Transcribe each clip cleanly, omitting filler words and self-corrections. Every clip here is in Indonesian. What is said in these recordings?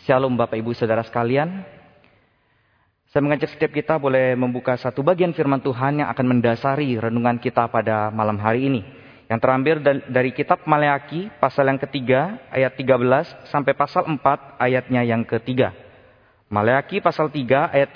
Shalom Bapak Ibu Saudara sekalian. Saya mengajak setiap kita boleh membuka satu bagian firman Tuhan yang akan mendasari renungan kita pada malam hari ini. Yang terambil dari kitab Maleaki pasal yang ketiga ayat 13 sampai pasal 4 ayatnya yang ketiga. Maleaki pasal 3 ayat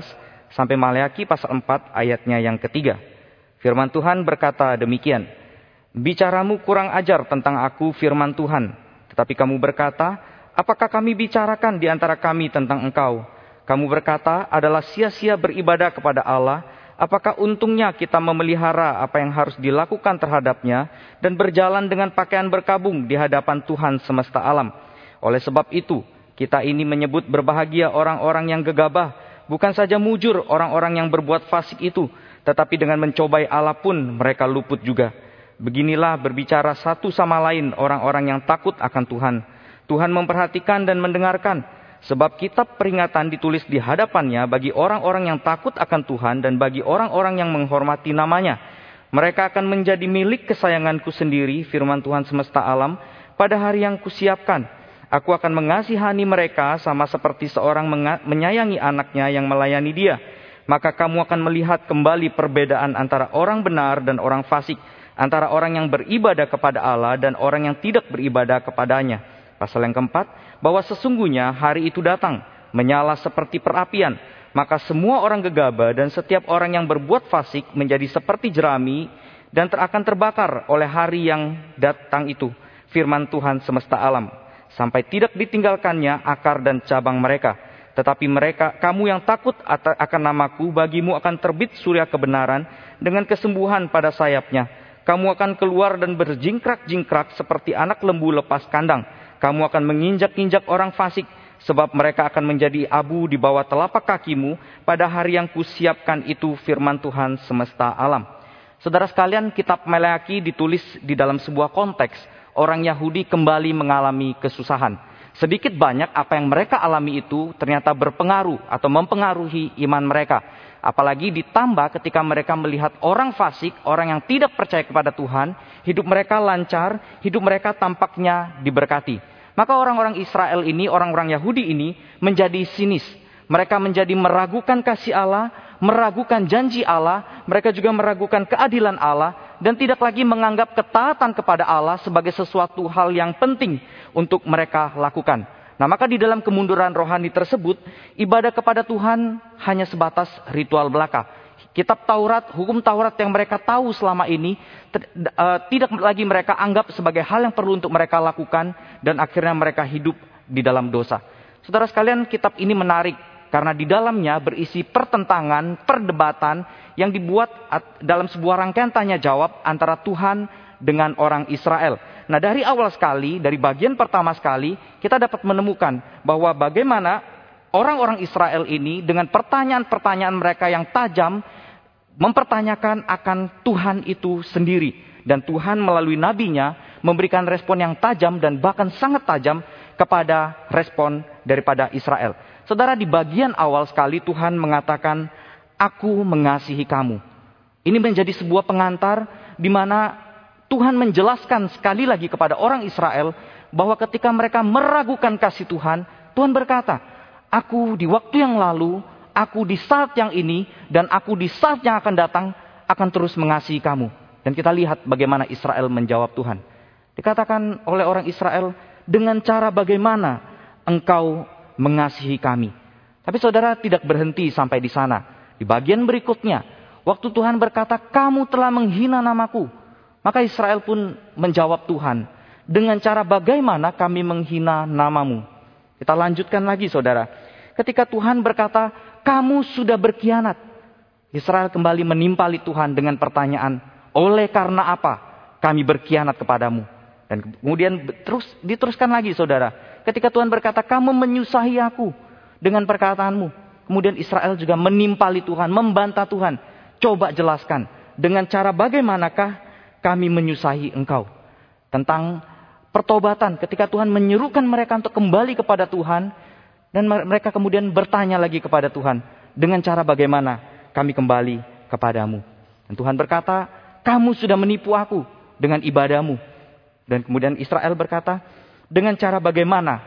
13 sampai Maleaki pasal 4 ayatnya yang ketiga. Firman Tuhan berkata demikian. Bicaramu kurang ajar tentang aku firman Tuhan. Tetapi kamu berkata, apakah kami bicarakan di antara kami tentang engkau? Kamu berkata adalah sia-sia beribadah kepada Allah. Apakah untungnya kita memelihara apa yang harus dilakukan terhadapnya dan berjalan dengan pakaian berkabung di hadapan Tuhan semesta alam? Oleh sebab itu, kita ini menyebut berbahagia orang-orang yang gegabah. Bukan saja mujur orang-orang yang berbuat fasik itu, tetapi dengan mencobai Allah pun mereka luput juga. Beginilah berbicara satu sama lain orang-orang yang takut akan Tuhan. Tuhan memperhatikan dan mendengarkan, sebab kitab peringatan ditulis di hadapannya bagi orang-orang yang takut akan Tuhan dan bagi orang-orang yang menghormati namanya. Mereka akan menjadi milik kesayanganku sendiri, firman Tuhan semesta alam, pada hari yang kusiapkan. Aku akan mengasihani mereka sama seperti seorang menyayangi anaknya yang melayani dia. Maka kamu akan melihat kembali perbedaan antara orang benar dan orang fasik, antara orang yang beribadah kepada Allah dan orang yang tidak beribadah kepadanya. Pasal yang keempat, bahwa sesungguhnya hari itu datang, menyala seperti perapian. Maka semua orang gegabah dan setiap orang yang berbuat fasik menjadi seperti jerami dan akan terbakar oleh hari yang datang itu. Firman Tuhan semesta alam. Sampai tidak ditinggalkannya akar dan cabang mereka. Tetapi mereka, kamu yang takut akan namaku, bagimu akan terbit surya kebenaran dengan kesembuhan pada sayapnya. Kamu akan keluar dan berjingkrak-jingkrak seperti anak lembu lepas kandang. Kamu akan menginjak-injak orang fasik, sebab mereka akan menjadi abu di bawah telapak kakimu pada hari yang kusiapkan itu, firman Tuhan semesta alam. Saudara sekalian, kitab Maleaki ditulis di dalam sebuah konteks. Orang Yahudi kembali mengalami kesusahan. Sedikit banyak apa yang mereka alami itu ternyata berpengaruh atau mempengaruhi iman mereka. Apalagi ditambah ketika mereka melihat orang fasik, orang yang tidak percaya kepada Tuhan, hidup mereka lancar, hidup mereka tampaknya diberkati. Maka orang-orang Israel ini, orang-orang Yahudi ini menjadi sinis. Mereka menjadi meragukan kasih Allah, meragukan janji Allah, mereka juga meragukan keadilan Allah, dan tidak lagi menganggap ketaatan kepada Allah sebagai sesuatu hal yang penting untuk mereka lakukan. Nah, maka di dalam kemunduran rohani tersebut, ibadah kepada Tuhan hanya sebatas ritual belaka. Kitab Taurat, hukum Taurat yang mereka tahu selama ini, tidak lagi mereka anggap sebagai hal yang perlu untuk mereka lakukan, dan akhirnya mereka hidup di dalam dosa. Saudara sekalian, kitab ini menarik, karena di dalamnya berisi pertentangan, perdebatan, yang dibuat dalam sebuah rangkaian tanya jawab antara Tuhan dengan orang Israel. Nah, dari awal sekali, dari bagian pertama sekali, kita dapat menemukan bahwa bagaimana orang-orang Israel ini dengan pertanyaan-pertanyaan mereka yang tajam, mempertanyakan akan Tuhan itu sendiri. Dan Tuhan melalui nabinya memberikan respon yang tajam dan bahkan sangat tajam kepada respon daripada Israel. Saudara, di bagian awal sekali Tuhan mengatakan, aku mengasihi kamu. Ini menjadi sebuah pengantar di mana Tuhan menjelaskan sekali lagi kepada orang Israel bahwa ketika mereka meragukan kasih Tuhan, Tuhan berkata, aku di waktu yang lalu, aku di saat yang ini, dan aku di saat yang akan datang akan terus mengasihi kamu. Dan kita lihat bagaimana Israel menjawab Tuhan. Dikatakan oleh orang Israel, dengan cara bagaimana engkau mengasihi kami. Tapi saudara, tidak berhenti sampai di sana. Di bagian berikutnya, waktu Tuhan berkata, kamu telah menghina namaku. Maka Israel pun menjawab Tuhan, dengan cara bagaimana kami menghina namamu. Kita lanjutkan lagi saudara. Ketika Tuhan berkata, kamu sudah berkhianat. Israel kembali menimpali Tuhan dengan pertanyaan, oleh karena apa kami berkhianat kepadamu? Dan kemudian diteruskan lagi saudara. Ketika Tuhan berkata, kamu menyusahi aku dengan perkataanmu. Kemudian Israel juga menimpali Tuhan, membantah Tuhan. Coba jelaskan, dengan cara bagaimanakah kami menyusahi engkau? Tentang pertobatan, ketika Tuhan menyerukan mereka untuk kembali kepada Tuhan, dan mereka kemudian bertanya lagi kepada Tuhan, dengan cara bagaimana kami kembali kepadamu? Dan Tuhan berkata, kamu sudah menipu aku dengan ibadahmu. Dan kemudian Israel berkata, dengan cara bagaimana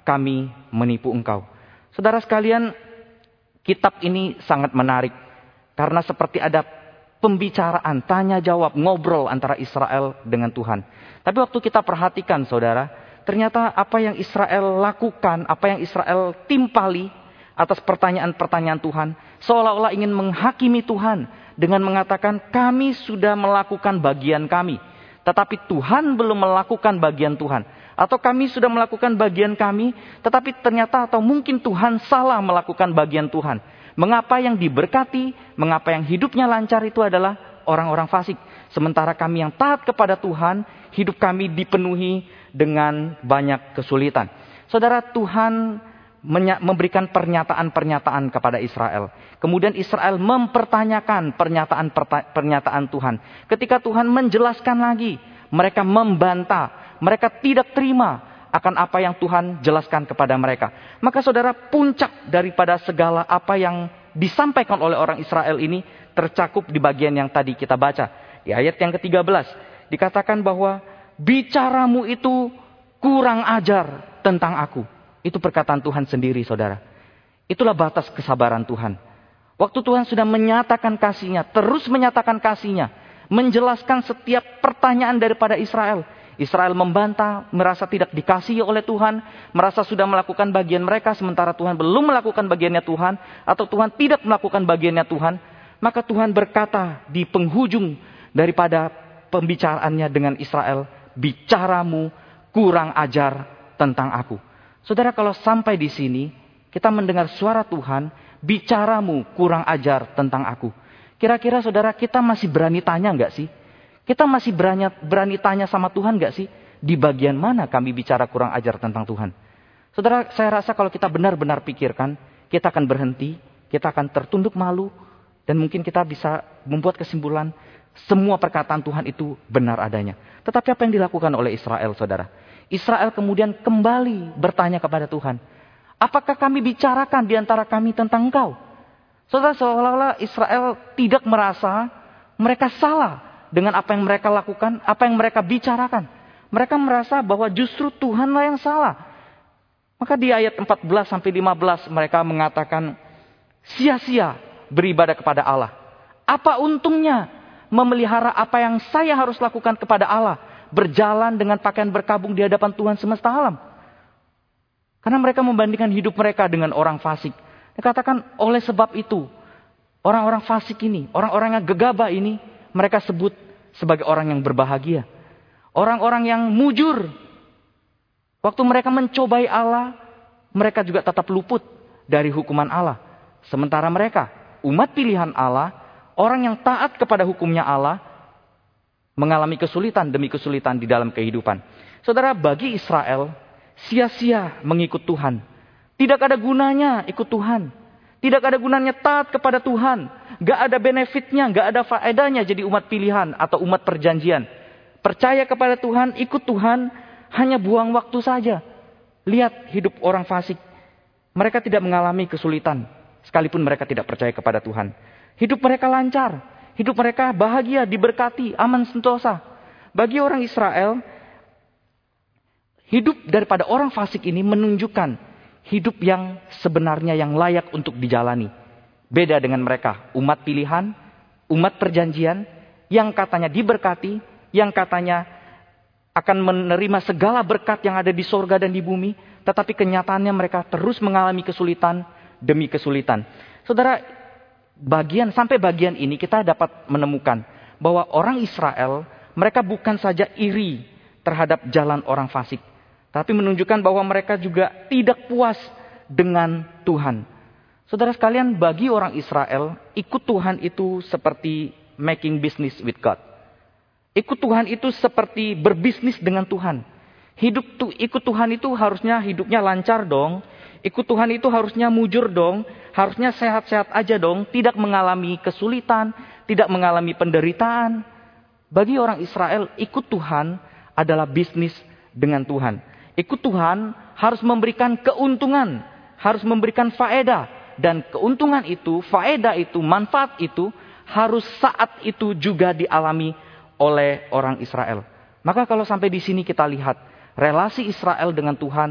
kami menipu engkau. Saudara sekalian, kitab ini sangat menarik. Karena seperti ada pembicaraan, tanya jawab, ngobrol antara Israel dengan Tuhan. Tapi waktu kita perhatikan saudara, ternyata apa yang Israel lakukan, apa yang Israel timpali atas pertanyaan-pertanyaan Tuhan, seolah-olah ingin menghakimi Tuhan dengan mengatakan kami sudah melakukan bagian kami. Tetapi Tuhan belum melakukan bagian Tuhan. Atau kami sudah melakukan bagian kami, tetapi ternyata atau mungkin Tuhan salah melakukan bagian Tuhan. Mengapa yang diberkati, mengapa yang hidupnya lancar itu adalah orang-orang fasik. Sementara kami yang taat kepada Tuhan, hidup kami dipenuhi dengan banyak kesulitan. Saudara, Tuhan memberikan pernyataan-pernyataan kepada Israel. Kemudian Israel mempertanyakan pernyataan Tuhan. Ketika Tuhan menjelaskan lagi, mereka membantah, mereka tidak terima akan apa yang Tuhan jelaskan kepada mereka. Maka saudara, puncak daripada segala apa yang disampaikan oleh orang Israel ini tercakup di bagian yang tadi kita baca. Di ayat yang ke-13 dikatakan bahwa bicaramu itu kurang ajar tentang aku. Itu perkataan Tuhan sendiri saudara. Itulah batas kesabaran Tuhan. Waktu Tuhan sudah menyatakan kasih-Nya, terus menyatakan kasih-Nya, menjelaskan setiap pertanyaan daripada Israel. Israel membantah, merasa tidak dikasihi oleh Tuhan, merasa sudah melakukan bagian mereka, sementara Tuhan belum melakukan bagiannya Tuhan, atau Tuhan tidak melakukan bagiannya Tuhan. Maka Tuhan berkata di penghujung daripada pembicaraannya dengan Israel, bicaramu kurang ajar tentang aku. Saudara, kalau sampai di sini, kita mendengar suara Tuhan, bicaramu kurang ajar tentang aku. Kira-kira saudara, kita masih berani tanya enggak sih? Kita masih berani tanya sama Tuhan enggak sih? Di bagian mana kami bicara kurang ajar tentang Tuhan? Saudara, saya rasa kalau kita benar-benar pikirkan, kita akan berhenti, kita akan tertunduk malu, dan mungkin kita bisa membuat kesimpulan, semua perkataan Tuhan itu benar adanya. Tetapi apa yang dilakukan oleh Israel, saudara? Israel kemudian kembali bertanya kepada Tuhan, apakah kami bicarakan di antara kami tentang Engkau? Saudara, seolah-olah Israel tidak merasa mereka salah dengan apa yang mereka lakukan, apa yang mereka bicarakan. Mereka merasa bahwa justru Tuhanlah yang salah. Maka di ayat 14-15 mereka mengatakan, sia-sia beribadah kepada Allah. Apa untungnya memelihara apa yang saya harus lakukan kepada Allah? Berjalan dengan pakaian berkabung di hadapan Tuhan semesta alam. Karena mereka membandingkan hidup mereka dengan orang fasik. Dikatakan oleh sebab itu, orang-orang fasik ini, orang-orang yang gegabah ini, mereka sebut sebagai orang yang berbahagia. Orang-orang yang mujur. Waktu mereka mencobai Allah, mereka juga tetap luput dari hukuman Allah. Sementara mereka, umat pilihan Allah, orang yang taat kepada hukumnya Allah, mengalami kesulitan demi kesulitan di dalam kehidupan. Saudara, bagi Israel, sia-sia mengikut Tuhan. Tidak ada gunanya ikut Tuhan. Tidak ada gunanya taat kepada Tuhan. Gak ada benefitnya, gak ada faedahnya jadi umat pilihan atau umat perjanjian. Percaya kepada Tuhan, ikut Tuhan, hanya buang waktu saja. Lihat hidup orang fasik. Mereka tidak mengalami kesulitan, sekalipun mereka tidak percaya kepada Tuhan. Hidup mereka lancar. Hidup mereka bahagia, diberkati, aman sentosa. Bagi orang Israel, hidup daripada orang fasik ini menunjukkan hidup yang sebenarnya yang layak untuk dijalani. Beda dengan mereka, umat pilihan, umat perjanjian, yang katanya diberkati, yang katanya akan menerima segala berkat yang ada di sorga dan di bumi. Tetapi kenyataannya mereka terus mengalami kesulitan demi kesulitan. Saudara, sampai bagian ini kita dapat menemukan bahwa orang Israel, mereka bukan saja iri terhadap jalan orang fasik, tapi menunjukkan bahwa mereka juga tidak puas dengan Tuhan. Saudara sekalian, bagi orang Israel, ikut Tuhan itu seperti making business with God. Ikut Tuhan itu seperti berbisnis dengan Tuhan. Ikut Tuhan itu harusnya hidupnya lancar dong. Ikut Tuhan itu harusnya mujur dong, harusnya sehat-sehat aja dong, tidak mengalami kesulitan, tidak mengalami penderitaan. Bagi orang Israel, ikut Tuhan adalah bisnis dengan Tuhan. Ikut Tuhan harus memberikan keuntungan, harus memberikan faedah. Dan keuntungan itu, faedah itu, manfaat itu, harus saat itu juga dialami oleh orang Israel. Maka kalau sampai di sini kita lihat, relasi Israel dengan Tuhan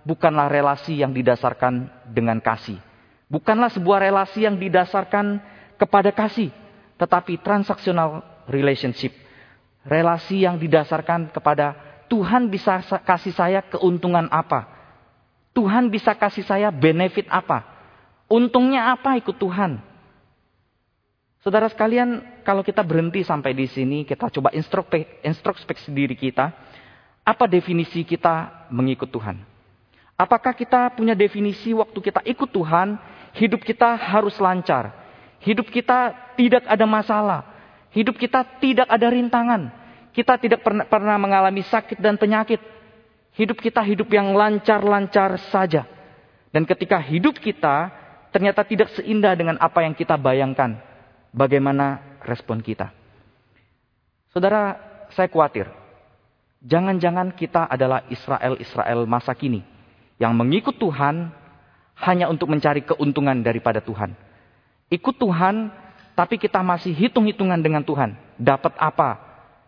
bukanlah relasi yang didasarkan dengan kasih. Bukanlah sebuah relasi yang didasarkan kepada kasih, tetapi transaksional relationship. Relasi yang didasarkan kepada Tuhan bisa kasih saya keuntungan apa? Tuhan bisa kasih saya benefit apa? Untungnya apa ikut Tuhan? Saudara sekalian, kalau kita berhenti sampai di sini, kita coba introspeksi diri kita. Apa definisi kita mengikut Tuhan? Apakah kita punya definisi waktu kita ikut Tuhan, hidup kita harus lancar. Hidup kita tidak ada masalah. Hidup kita tidak ada rintangan. Kita tidak pernah mengalami sakit dan penyakit. Hidup kita hidup yang lancar-lancar saja. Dan ketika hidup kita ternyata tidak seindah dengan apa yang kita bayangkan, bagaimana respon kita? Saudara, saya khawatir. Jangan-jangan kita adalah Israel masa kini yang mengikut Tuhan hanya untuk mencari keuntungan daripada Tuhan. Ikut Tuhan, tapi kita masih hitung-hitungan dengan Tuhan. Dapat apa?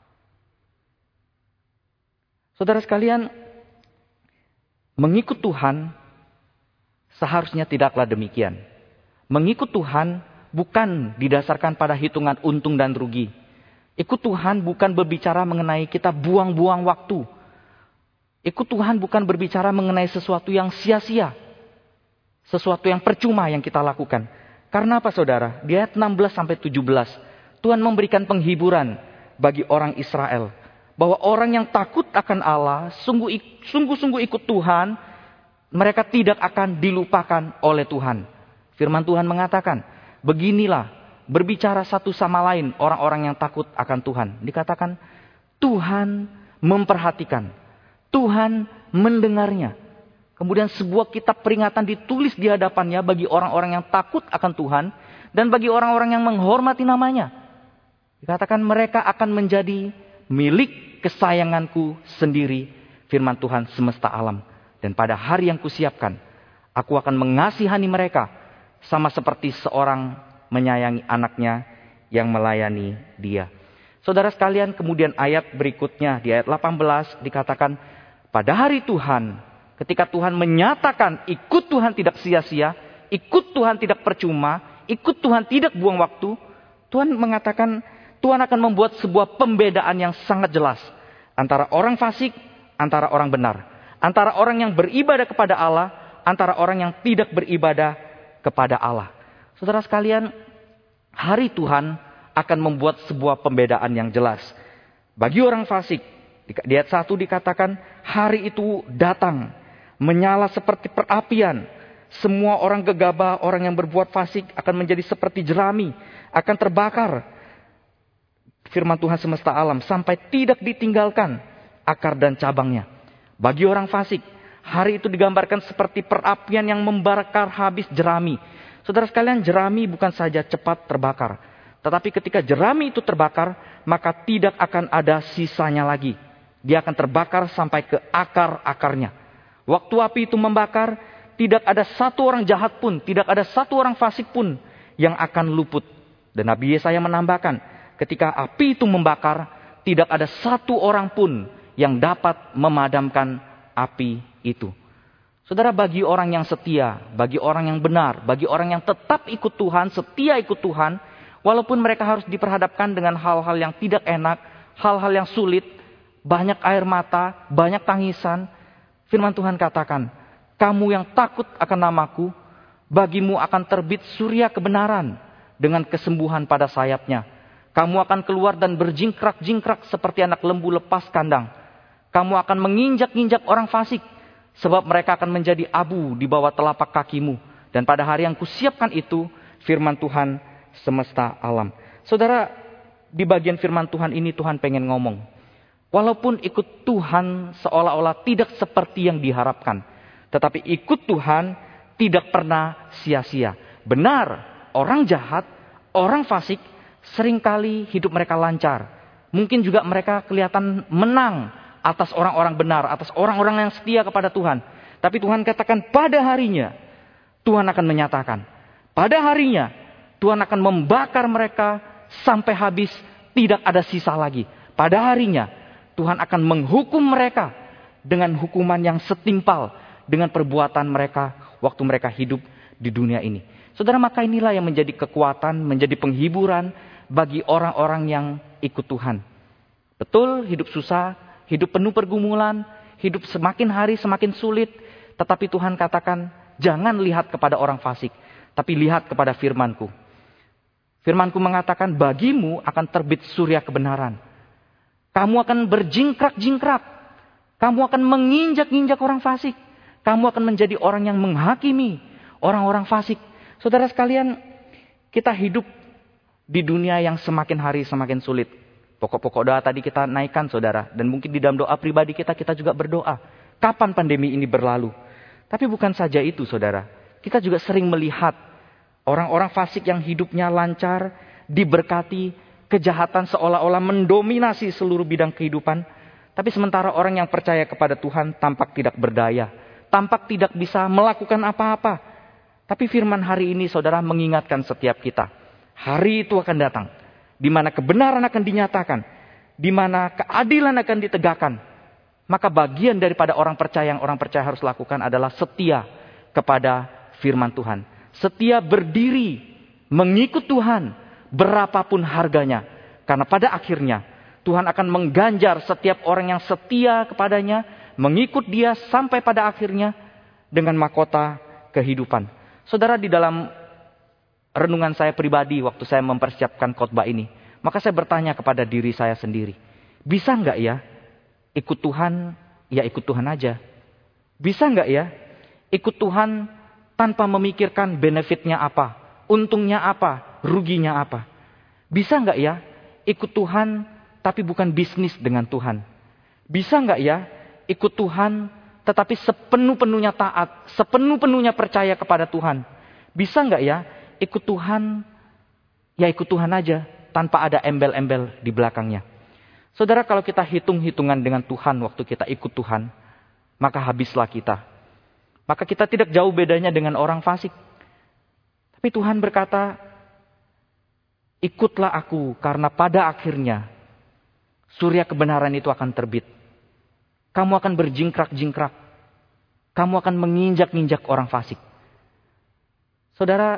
Saudara sekalian, mengikut Tuhan seharusnya tidaklah demikian. Mengikut Tuhan bukan didasarkan pada hitungan untung dan rugi. Ikut Tuhan bukan berbicara mengenai kita buang-buang waktu. Ikut Tuhan bukan berbicara mengenai sesuatu yang sia-sia. Sesuatu yang percuma yang kita lakukan. Karena apa saudara? Di ayat 16-17. Tuhan memberikan penghiburan bagi orang Israel. Bahwa orang yang takut akan Allah, sungguh-sungguh ikut Tuhan, mereka tidak akan dilupakan oleh Tuhan. Firman Tuhan mengatakan, beginilah berbicara satu sama lain orang-orang yang takut akan Tuhan. Dikatakan, Tuhan memperhatikan. Tuhan mendengarnya. Kemudian sebuah kitab peringatan ditulis di hadapannya bagi orang-orang yang takut akan Tuhan. Dan bagi orang-orang yang menghormati namanya. Dikatakan mereka akan menjadi milik kesayanganku sendiri, firman Tuhan semesta alam. Dan pada hari yang kusiapkan, aku akan mengasihani mereka sama seperti seorang menyayangi anaknya yang melayani dia. Saudara sekalian, kemudian ayat berikutnya di ayat 18 dikatakan, pada hari Tuhan, ketika Tuhan menyatakan ikut Tuhan tidak sia-sia, ikut Tuhan tidak percuma, ikut Tuhan tidak buang waktu, Tuhan mengatakan Tuhan akan membuat sebuah pembedaan yang sangat jelas antara orang fasik, antara orang benar, antara orang yang beribadah kepada Allah, antara orang yang tidak beribadah kepada Allah. Saudara sekalian, hari Tuhan akan membuat sebuah pembedaan yang jelas. Bagi orang fasik, di ayat 1 dikatakan, hari itu datang, menyala seperti perapian. Semua orang gegabah, orang yang berbuat fasik akan menjadi seperti jerami, akan terbakar. Firman Tuhan semesta alam sampai tidak ditinggalkan akar dan cabangnya. Bagi orang fasik, hari itu digambarkan seperti perapian yang membakar habis jerami. Saudara sekalian, jerami bukan saja cepat terbakar, tetapi ketika jerami itu terbakar, maka tidak akan ada sisanya lagi. Dia akan terbakar sampai ke akar-akarnya. Waktu api itu membakar, tidak ada satu orang jahat pun, tidak ada satu orang fasik pun yang akan luput. Dan Nabi Yesaya menambahkan, ketika api itu membakar, tidak ada satu orang pun yang dapat memadamkan api itu. Saudara, bagi orang yang setia, bagi orang yang benar, bagi orang yang tetap ikut Tuhan, setia ikut Tuhan, walaupun mereka harus diperhadapkan dengan hal-hal yang tidak enak, hal-hal yang sulit, banyak air mata, banyak tangisan, firman Tuhan katakan, kamu yang takut akan namaku, bagimu akan terbit surya kebenaran dengan kesembuhan pada sayapnya. Kamu akan keluar dan berjingkrak-jingkrak seperti anak lembu lepas kandang. Kamu akan menginjak-injak orang fasik, sebab mereka akan menjadi abu di bawah telapak kakimu. Dan pada hari yang kusiapkan itu, firman Tuhan semesta alam. Saudara, di bagian firman Tuhan ini Tuhan pengen ngomong. Walaupun ikut Tuhan seolah-olah tidak seperti yang diharapkan. Tetapi ikut Tuhan tidak pernah sia-sia. Benar, orang jahat, orang fasik, seringkali hidup mereka lancar. Mungkin juga mereka kelihatan menang atas orang-orang benar, atas orang-orang yang setia kepada Tuhan. Tapi Tuhan katakan pada harinya, Tuhan akan menyatakan. Pada harinya, Tuhan akan membakar mereka sampai habis, tidak ada sisa lagi. Pada harinya, Tuhan akan menghukum mereka dengan hukuman yang setimpal, dengan perbuatan mereka waktu mereka hidup di dunia ini. Saudara, maka inilah yang menjadi kekuatan, menjadi penghiburan bagi orang-orang yang ikut Tuhan. Betul, hidup susah, hidup penuh pergumulan, hidup semakin hari semakin sulit. Tetapi Tuhan katakan, jangan lihat kepada orang fasik, tapi lihat kepada firman-Ku. Firman-Ku mengatakan, bagimu akan terbit surya kebenaran. Kamu akan berjingkrak-jingkrak. Kamu akan menginjak-injak orang fasik. Kamu akan menjadi orang yang menghakimi orang-orang fasik. Saudara sekalian, kita hidup di dunia yang semakin hari semakin sulit. Pokok-pokok doa tadi kita naikkan, saudara. Dan mungkin di dalam doa pribadi kita juga berdoa. Kapan pandemi ini berlalu? Tapi bukan saja itu, saudara. Kita juga sering melihat orang-orang fasik yang hidupnya lancar, diberkati, kejahatan seolah-olah mendominasi seluruh bidang kehidupan. Tapi sementara orang yang percaya kepada Tuhan tampak tidak berdaya. Tampak tidak bisa melakukan apa-apa. Tapi firman hari ini, saudara, mengingatkan setiap kita. Hari itu akan datang. Di mana kebenaran akan dinyatakan. Di mana keadilan akan ditegakkan. Maka bagian daripada orang percaya yang orang percaya harus lakukan adalah setia kepada firman Tuhan. Setia berdiri, mengikut Tuhan, berapapun harganya. Karena pada akhirnya, Tuhan akan mengganjar setiap orang yang setia kepadanya, mengikut dia sampai pada akhirnya, dengan mahkota kehidupan. Saudara, di dalam renungan saya pribadi, waktu saya mempersiapkan khotbah ini, maka saya bertanya kepada diri saya sendiri, bisa nggak ya, ikut Tuhan, ya ikut Tuhan aja. Bisa nggak ya, ikut Tuhan tanpa memikirkan benefitnya apa, untungnya apa, ruginya apa. Bisa nggak ya, ikut Tuhan tapi bukan bisnis dengan Tuhan. Bisa nggak ya, ikut Tuhan tetapi sepenuh-penuhnya taat, sepenuh-penuhnya percaya kepada Tuhan. Bisa nggak ya, ikut Tuhan, ya ikut Tuhan aja, tanpa ada embel-embel di belakangnya. Saudara, kalau kita hitung-hitungan dengan Tuhan waktu kita ikut Tuhan, maka habislah kita. Maka kita tidak jauh bedanya dengan orang fasik. Tapi Tuhan berkata, ikutlah aku karena pada akhirnya surya kebenaran itu akan terbit. Kamu akan berjingkrak-jingkrak. Kamu akan menginjak-injak orang fasik. Saudara,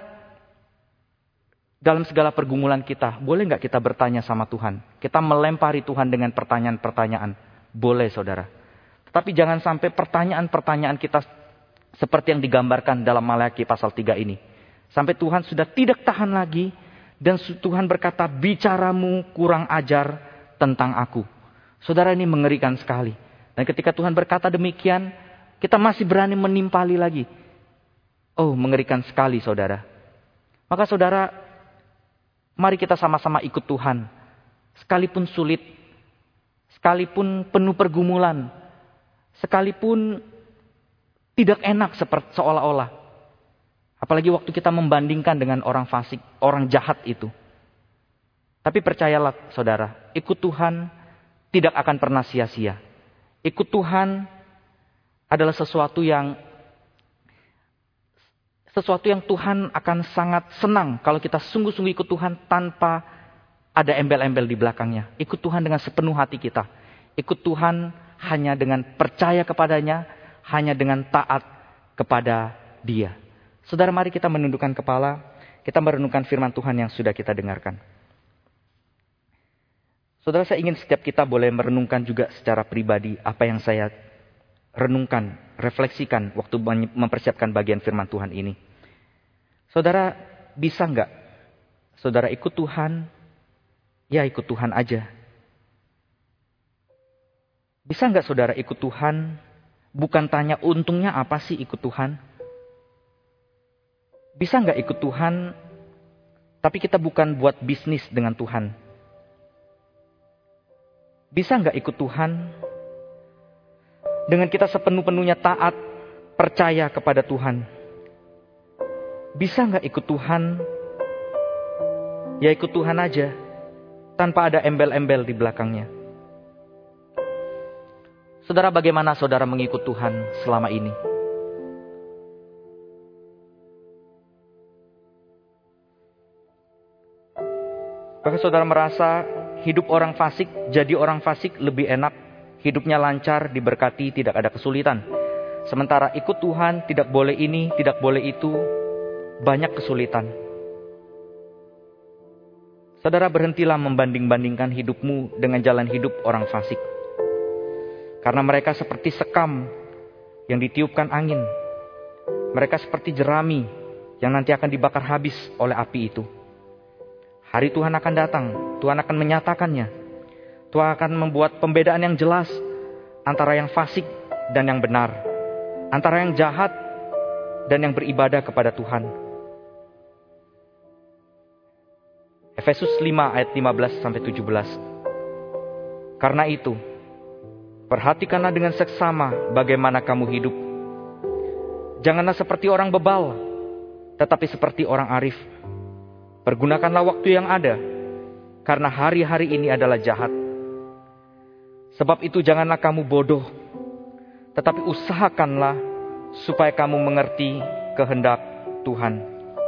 dalam segala pergumulan kita, boleh nggak kita bertanya sama Tuhan? Kita melempari Tuhan dengan pertanyaan-pertanyaan. Boleh, saudara. Tetapi jangan sampai pertanyaan-pertanyaan kita seperti yang digambarkan dalam Maleakhi pasal 3 ini. Sampai Tuhan sudah tidak tahan lagi. Dan Tuhan berkata, bicaramu kurang ajar tentang aku. Saudara, ini mengerikan sekali. Dan ketika Tuhan berkata demikian, kita masih berani menimpali lagi. Oh, mengerikan sekali, saudara. Maka saudara, mari kita sama-sama ikut Tuhan. Sekalipun sulit, sekalipun penuh pergumulan, sekalipun tidak enak seperti seolah-olah. Apalagi waktu kita membandingkan dengan orang fasik, orang jahat itu. Tapi percayalah saudara, ikut Tuhan tidak akan pernah sia-sia. Ikut Tuhan adalah sesuatu yang Tuhan akan sangat senang kalau kita sungguh-sungguh ikut Tuhan tanpa ada embel-embel di belakangnya. Ikut Tuhan dengan sepenuh hati kita. Ikut Tuhan hanya dengan percaya kepadanya, hanya dengan taat kepada Dia. Saudara, mari kita menundukkan kepala, kita merenungkan firman Tuhan yang sudah kita dengarkan. Saudara, saya ingin setiap kita boleh merenungkan juga secara pribadi apa yang saya renungkan, refleksikan waktu mempersiapkan bagian firman Tuhan ini. Saudara, bisa nggak saudara ikut Tuhan? Ya ikut Tuhan aja. Bisa nggak saudara ikut Tuhan? Bukan tanya untungnya apa sih ikut Tuhan? Bisa nggak ikut Tuhan, tapi kita bukan buat bisnis dengan Tuhan? Bisa nggak ikut Tuhan, dengan kita sepenuh-penuhnya taat, percaya kepada Tuhan? Bisa nggak ikut Tuhan, ya ikut Tuhan aja, tanpa ada embel-embel di belakangnya? Saudara, bagaimana saudara mengikut Tuhan selama ini? Apakah saudara merasa hidup orang fasik, jadi orang fasik lebih enak, hidupnya lancar, diberkati, tidak ada kesulitan? Sementara ikut Tuhan, tidak boleh ini, tidak boleh itu, banyak kesulitan. Saudara, berhentilah membanding-bandingkan hidupmu dengan jalan hidup orang fasik. Karena mereka seperti sekam yang ditiupkan angin. Mereka seperti jerami yang nanti akan dibakar habis oleh api itu. Hari Tuhan akan datang, Tuhan akan menyatakannya. Tuhan akan membuat pembedaan yang jelas antara yang fasik dan yang benar, antara yang jahat dan yang beribadah kepada Tuhan. Efesus 5 ayat 15-17. Karena itu, perhatikanlah dengan seksama bagaimana kamu hidup. Janganlah seperti orang bebal, tetapi seperti orang arif. Pergunakanlah waktu yang ada, karena hari-hari ini adalah jahat. Sebab itu janganlah kamu bodoh, tetapi usahakanlah supaya kamu mengerti kehendak Tuhan.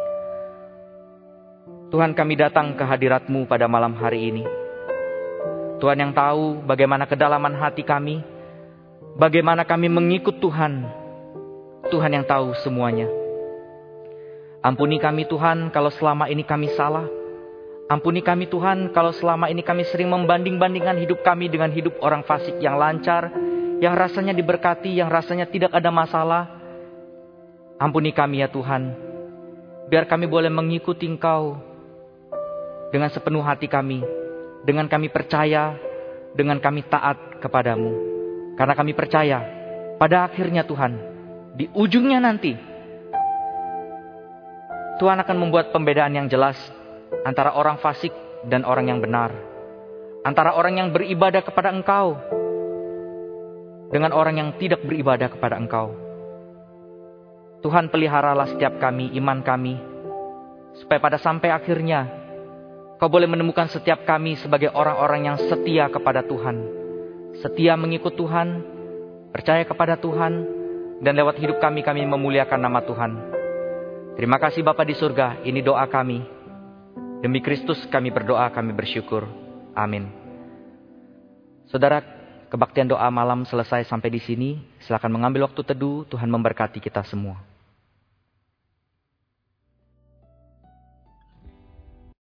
Tuhan, kami datang ke hadirat-Mu pada malam hari ini. Tuhan yang tahu bagaimana kedalaman hati kami, bagaimana kami mengikut Tuhan. Tuhan yang tahu semuanya. Ampuni kami Tuhan kalau selama ini kami salah. Ampuni kami Tuhan kalau selama ini kami sering membanding-bandingkan hidup kami dengan hidup orang fasik yang lancar, yang rasanya diberkati, yang rasanya tidak ada masalah. Ampuni kami ya Tuhan. Biar kami boleh mengikuti Engkau dengan sepenuh hati kami. Dengan kami percaya, dengan kami taat kepadamu. Karena kami percaya, pada akhirnya Tuhan, di ujungnya nanti, Tuhan akan membuat pembedaan yang jelas antara orang fasik dan orang yang benar. Antara orang yang beribadah kepada Engkau dengan orang yang tidak beribadah kepada Engkau. Tuhan, peliharalah setiap kami, iman kami, supaya pada sampai akhirnya Kau boleh menemukan setiap kami sebagai orang-orang yang setia kepada Tuhan. Setia mengikut Tuhan, percaya kepada Tuhan, dan lewat hidup kami memuliakan nama Tuhan. Terima kasih Bapa di surga, ini doa kami. Demi Kristus kami berdoa, kami bersyukur. Amin. Saudara, kebaktian doa malam selesai sampai di sini. Silakan mengambil waktu teduh, Tuhan memberkati kita semua.